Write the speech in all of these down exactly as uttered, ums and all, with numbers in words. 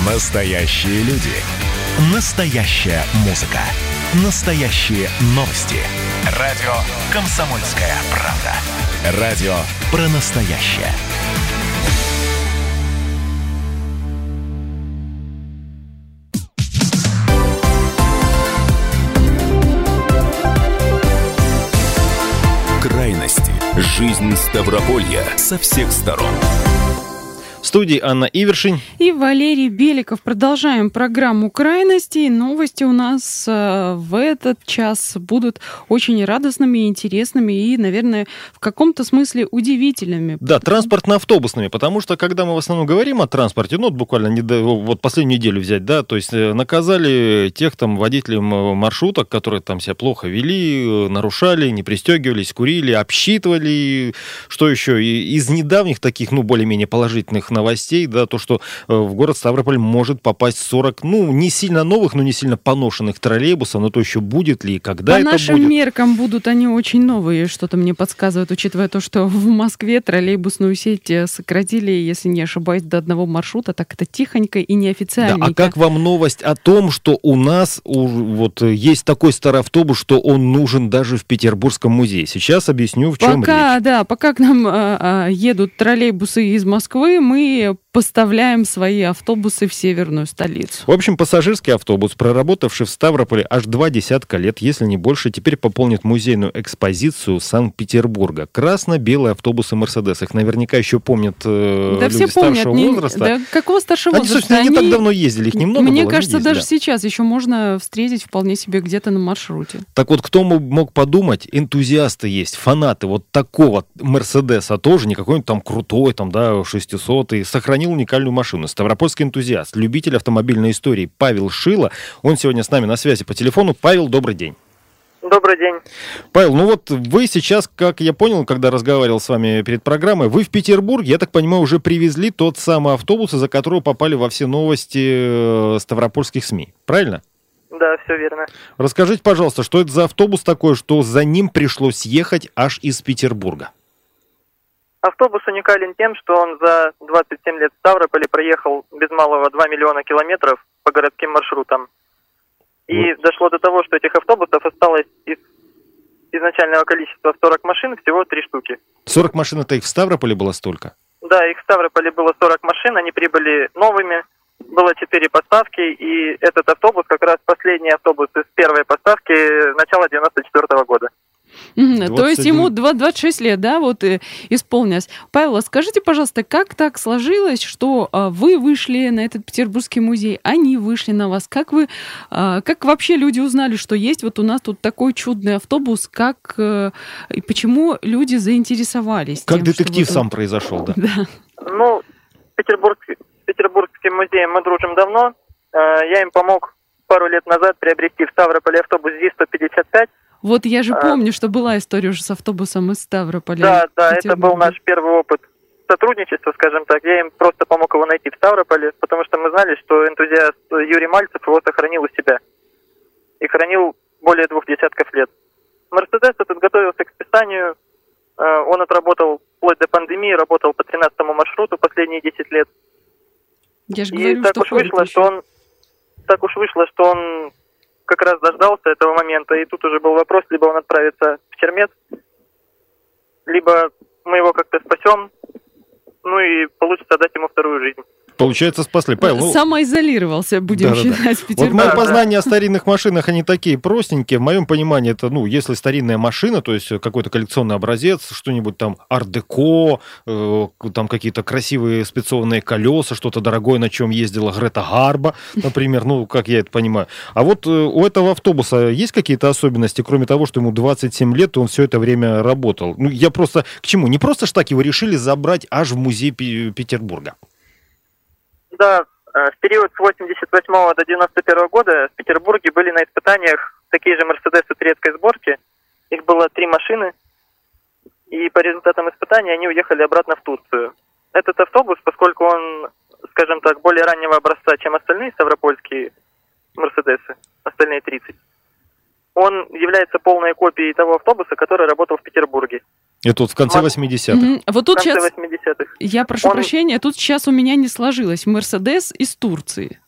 Настоящие люди. Настоящая музыка. Настоящие новости. Радио «Комсомольская правда». Радио про настоящее. Крайности. Жизнь Ставрополья со всех сторон. В студии Анна Ивершин и Валерий Беликов. Продолжаем программу «Крайности». Новости у нас э, в этот час будут очень радостными, интересными и, наверное, в каком-то смысле удивительными. Да, транспортно-автобусными, потому что, когда мы в основном говорим о транспорте, ну, вот буквально не до, вот последнюю неделю взять, да, то есть наказали тех там водителей маршруток, которые там себя плохо вели, нарушали, не пристегивались, курили, обсчитывали, что еще, и из недавних таких, ну, более-менее положительных новостей, да, то, что э, в город Ставрополь может попасть сорок, ну, не сильно новых, но не сильно поношенных троллейбусов, но то еще будет ли и когда По это будет. По нашим меркам будут они очень новые, что-то мне подсказывает, учитывая то, что в Москве троллейбусную сеть сократили, если не ошибаюсь, до одного маршрута, так это тихонько и неофициальненько. Да, а как вам новость о том, что у нас у, вот есть такой старый автобус, что он нужен даже в Петербургском музее? Сейчас объясню, в чем пока, речь. Да, пока к нам а, а, едут троллейбусы из Москвы, мы поставляем свои автобусы в северную столицу. В общем, пассажирский автобус, проработавший в Ставрополе аж два десятка лет, если не больше, теперь пополнит музейную экспозицию Санкт-Петербурга. Красно-белые автобусы «Мерседес». Их наверняка еще помнят э, да люди все помнят, старшего не, возраста. Да какого старшего Они, возраста? собственно, Они, не так давно ездили, их немного Мне было, кажется, ездили, даже да. сейчас еще можно встретить вполне себе где-то на маршруте. Так вот, кто мог подумать, энтузиасты есть, фанаты вот такого «Мерседеса» тоже, не какой-нибудь там крутой, там, да, шестисотый, сохранил уникальную машину. Ставропольский энтузиаст, любитель автомобильной истории Павел Шило. Он сегодня с нами на связи по телефону. Павел, добрый день. Добрый день. Павел, ну вот вы сейчас, как я понял, когда разговаривал с вами перед программой, вы в Петербурге, я так понимаю, уже привезли тот самый автобус, из-за которого попали во все новости ставропольских СМИ. Правильно? Да, все верно. Расскажите, пожалуйста, что это за автобус такой, что за ним пришлось ехать аж из Петербурга? Автобус уникален тем, что он за двадцать семь лет в Ставрополе проехал без малого два миллиона километров по городским маршрутам. И вот. Дошло до того, что этих автобусов осталось из изначального количества сорок машин всего три штуки. сорок машин, это их в Ставрополе было столько? Да, их в Ставрополе было сорок машин, они прибыли новыми, было четыре поставки, и этот автобус как раз последний автобус из первой поставки начала девяносто четвёртого года. Mm-hmm. То есть ему двадцать шесть лет, да, вот и исполнилось. Павел, скажите, пожалуйста, как так сложилось, что а, вы вышли на этот Петербургский музей, они вышли на вас? Как вы, а, как вообще люди узнали, что есть вот у нас тут такой чудный автобус, как а, и почему люди заинтересовались? Как тем, детектив что сам вот... произошел, да? Да. Ну, Петербургский, Петербургским музеем мы дружим давно. Я им помог пару лет назад приобрести в Ставрополе автобус ЗИ сто пятьдесят пять. Вот я же помню, что была история уже с автобусом из Ставрополя. Да, да, это был наш первый опыт сотрудничества, скажем так. Я им просто помог его найти в Ставрополе, потому что мы знали, что энтузиаст Юрий Мальцев его сохранил у себя. И хранил более двух десятков лет. Мерседес этот готовился к списанию. Он отработал вплоть до пандемии, работал по тринадцатому маршруту последние десять лет. Я же И говорю, так что уж вышло, что он так уж вышло, что он как раз дождался этого момента, и тут уже был вопрос, либо он отправится в Чермет, либо мы его как-то спасем, ну и получится дать ему вторую жизнь. Получается, спасли. Павел, ну... Самоизолировался, будем да, считать, да, да. в Петербурге. Вот мои да, познания да. о старинных машинах, они такие простенькие. В моем понимании, это, ну, если старинная машина, то есть какой-то коллекционный образец, что-нибудь там ар-деко, э, там какие-то красивые спецованные колеса, что-то дорогое, на чем ездила Грета Гарбо, например, ну, как я это понимаю. А вот э, у этого автобуса есть какие-то особенности, кроме того, что ему двадцать семь лет, и он все это время работал? Ну, я просто... К чему? Не просто ж так его решили забрать аж в музей Пи- Петербурга. Да, в период с восемьдесят восьмого до девяносто первого года в Петербурге были на испытаниях такие же «Мерседесы» турецкой сборки. Их было три машины, и по результатам испытаний они уехали обратно в Турцию. Этот автобус, поскольку он, скажем так, более раннего образца, чем остальные ставропольские «Мерседесы», остальные тридцать, он является полной копией того автобуса, который работал в Петербурге. Это вот в конце восьмидесятых. Угу. Вот тут в конце сейчас, восьмидесятых. я прошу Он... прощения, тут сейчас у меня не сложилось. Мерседес из Турции.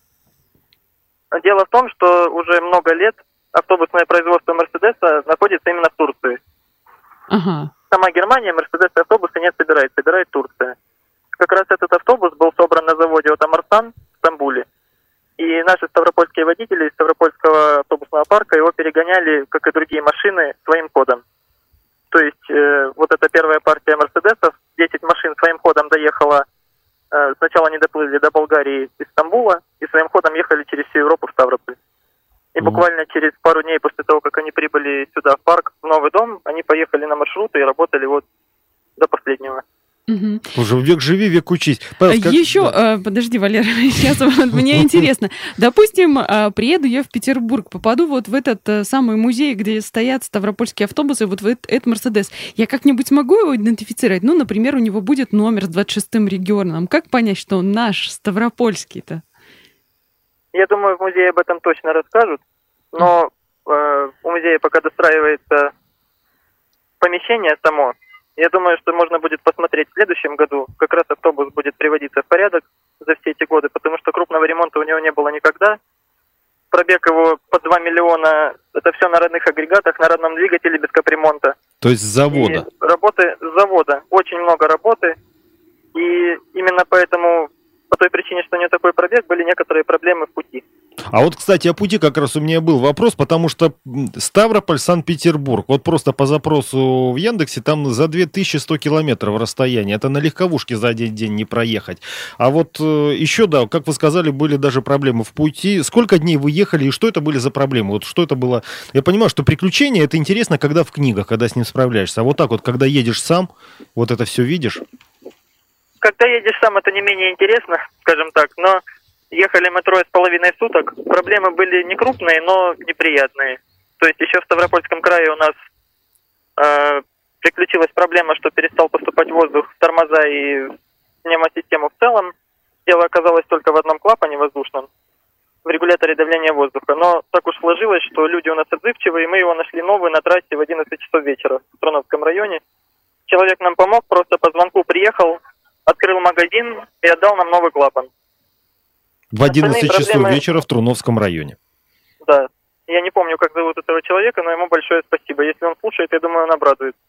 Дело в том, что уже много лет автобусное производство Мерседеса находится именно в Турции. Ага. Сама Германия Мерседес автобусы не собирает, собирает Турция. Как раз этот автобус был собран на заводе Отомарсан в Стамбуле. И наши ставропольские водители из Ставропольского автобусного парка его перегоняли, как и другие машины, своим ходом. То есть э, вот эта первая партия Мерседесов, десять машин своим ходом доехала. Э, сначала они доплыли до Болгарии из Стамбула и своим ходом ехали через всю Европу в Ставрополь. И буквально через пару дней после того, как они прибыли сюда в парк, в новый дом, они поехали на маршруты и работали вот до последнего. Угу. Уже век живи, век учись. Павел, как... Еще, да. э, подожди, Валера, сейчас вот, мне интересно. Допустим, э, приеду я в Петербург, попаду вот в этот э, самый музей, где стоят ставропольские автобусы, вот в этот, этот Мерседес. Я как-нибудь могу его идентифицировать? Ну, например, у него будет номер с двадцать шестым регионом. Как понять, что он наш, ставропольский-то? Я думаю, в музее об этом точно расскажут, но э, у музея пока достраивается помещение само. Я думаю, что можно будет посмотреть в следующем году. Как раз автобус будет приводиться в порядок за все эти годы, потому что крупного ремонта у него не было никогда. Пробег его по два миллиона, это все на родных агрегатах, на родном двигателе без капремонта. То есть с завода? И работы с завода. Очень много работы. И именно поэтому, по той причине, что у него такой пробег, были некоторые проблемы в пути. А вот, кстати, о пути как раз у меня был вопрос, потому что Ставрополь, Санкт-Петербург, вот просто по запросу в Яндексе, там за две тысячи сто километров расстояние. Это на легковушке за один день не проехать. А вот э, еще, да, как вы сказали, были даже проблемы в пути. Сколько дней вы ехали и что это были за проблемы? Вот что это было? Я понимаю, что приключения, это интересно, когда в книгах, когда с ним справляешься. А вот так вот, когда едешь сам, вот это все видишь? Когда едешь сам, это не менее интересно, скажем так, но... Ехали мы трое с половиной суток. Проблемы были не крупные, но неприятные. То есть еще в Ставропольском крае у нас э, приключилась проблема, что перестал поступать воздух в тормоза и в пневмосистему в целом. Дело оказалось только в одном клапане воздушном, в регуляторе давления воздуха. Но так уж сложилось, что люди у нас отзывчивые, и мы его нашли новый на трассе в одиннадцать часов вечера в Труновском районе. Человек нам помог, просто по звонку приехал, открыл магазин и отдал нам новый клапан. В одиннадцать часов проблемы... вечера в Труновском районе. Да. Я не помню, как зовут этого человека, но ему большое спасибо. Если он слушает, я думаю, он обрадуется.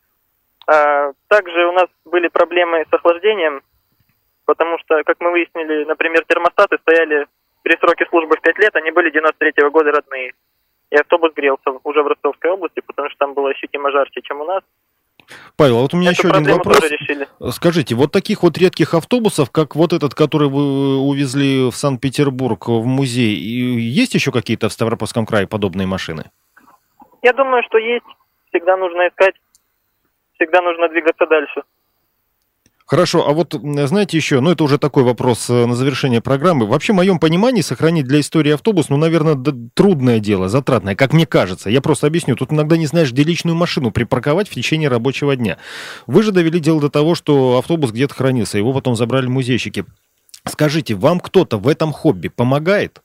А, также у нас были проблемы с охлаждением, потому что, как мы выяснили, например, термостаты стояли при сроке службы в пять лет, они были девяносто третьего года родные. И автобус грелся уже в Ростовской области, потому что там было ощутимо жарче, чем у нас. Павел, а вот у меня Эту еще один вопрос. решили. Скажите, вот таких вот редких автобусов, как вот этот, который вы увезли в Санкт-Петербург в музей, есть еще какие-то в Ставропольском крае подобные машины? Я думаю, что есть. Всегда нужно искать, всегда нужно двигаться дальше. Хорошо, а вот знаете еще, ну это уже такой вопрос на завершение программы. Вообще, в моем понимании, сохранить для истории автобус, ну, наверное, трудное дело, затратное, как мне кажется. Я просто объясню, тут иногда не знаешь, где личную машину припарковать в течение рабочего дня. Вы же довели дело до того, что автобус где-то хранился, его потом забрали музейщики. Скажите, вам кто-то в этом хобби помогает?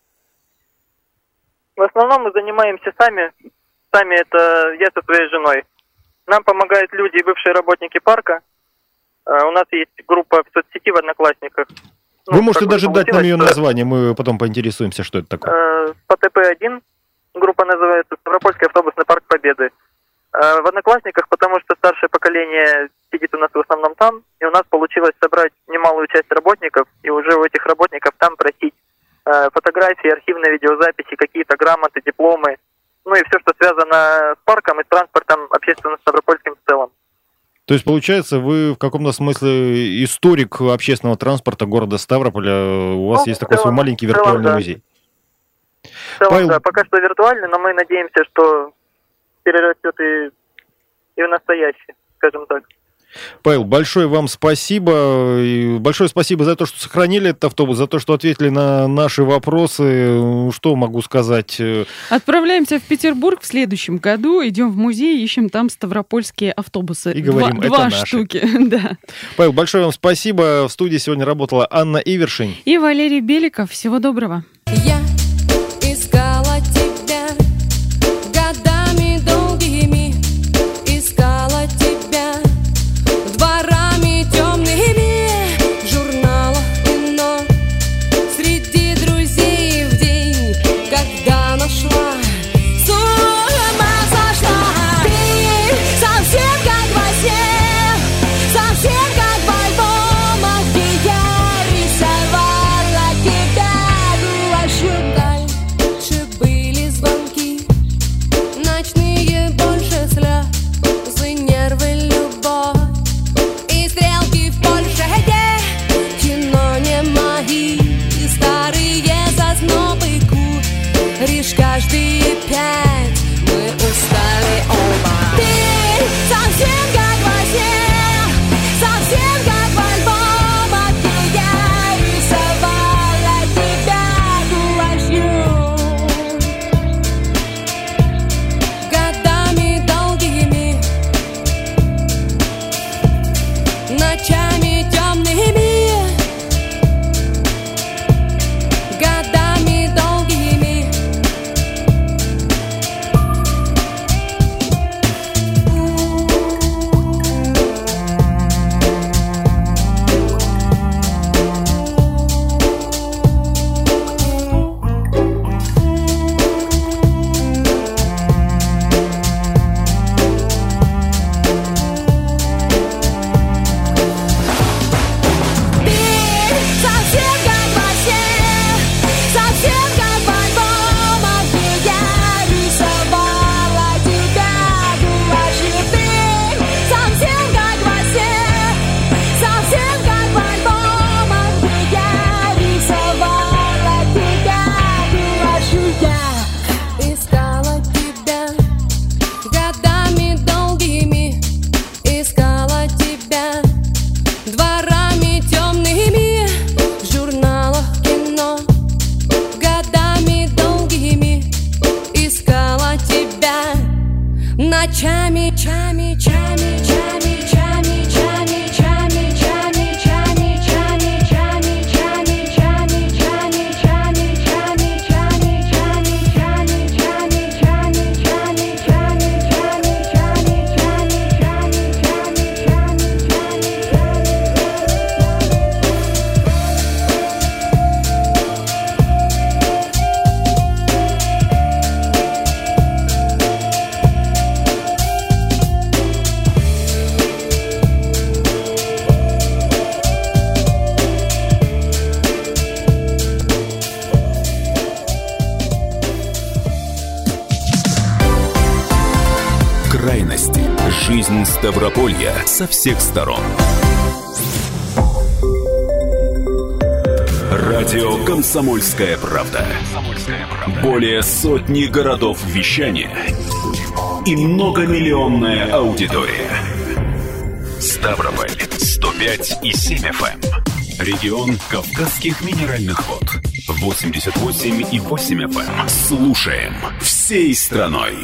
В основном мы занимаемся сами. Сами это я со своей женой. Нам помогают люди, бывшие работники парка. Uh, у нас есть группа в соцсети в Одноклассниках. Вы ну, можете даже дать нам ее название, мы потом поинтересуемся, что это такое. Uh, по тэ пэ один группа называется «Ставропольский автобусный парк Победы». Uh, в Одноклассниках, потому что старшее поколение сидит у нас в основном там, и у нас получилось собрать немалую часть работников, и уже у этих работников там просить uh, фотографии, архивные видеозаписи, какие-то грамоты, дипломы, ну и все, что связано с парком и с транспортом общественным Ставропольским в целом. То есть, получается, вы в каком-то смысле историк общественного транспорта города Ставрополя, у вас ну, есть такой целом, свой маленький виртуальный целом, да. музей. В целом, Павел... да, пока что виртуальный, но мы надеемся, что перерастет и, и в настоящий, скажем так. Павел, большое вам спасибо. И большое спасибо за то, что сохранили этот автобус, за то, что ответили на наши вопросы. Что могу сказать? Отправляемся в Петербург в следующем году, идем в музей, ищем там ставропольские автобусы. И говорим, два, это два наши. штуки. Да. Павел, большое вам спасибо. В студии сегодня работала Анна Ивершин. И Валерий Беликов. Всего доброго. Я искала тебя годами долгими, искала тебя. Жизнь Ставрополья со всех сторон. Радио «Комсомольская правда». Более сотни городов вещания и многомиллионная аудитория. Ставрополь сто пять и семь эф эм. Регион Кавказских минеральных вод восемьдесят восемь и восемь эф эм. Слушаем всей страной.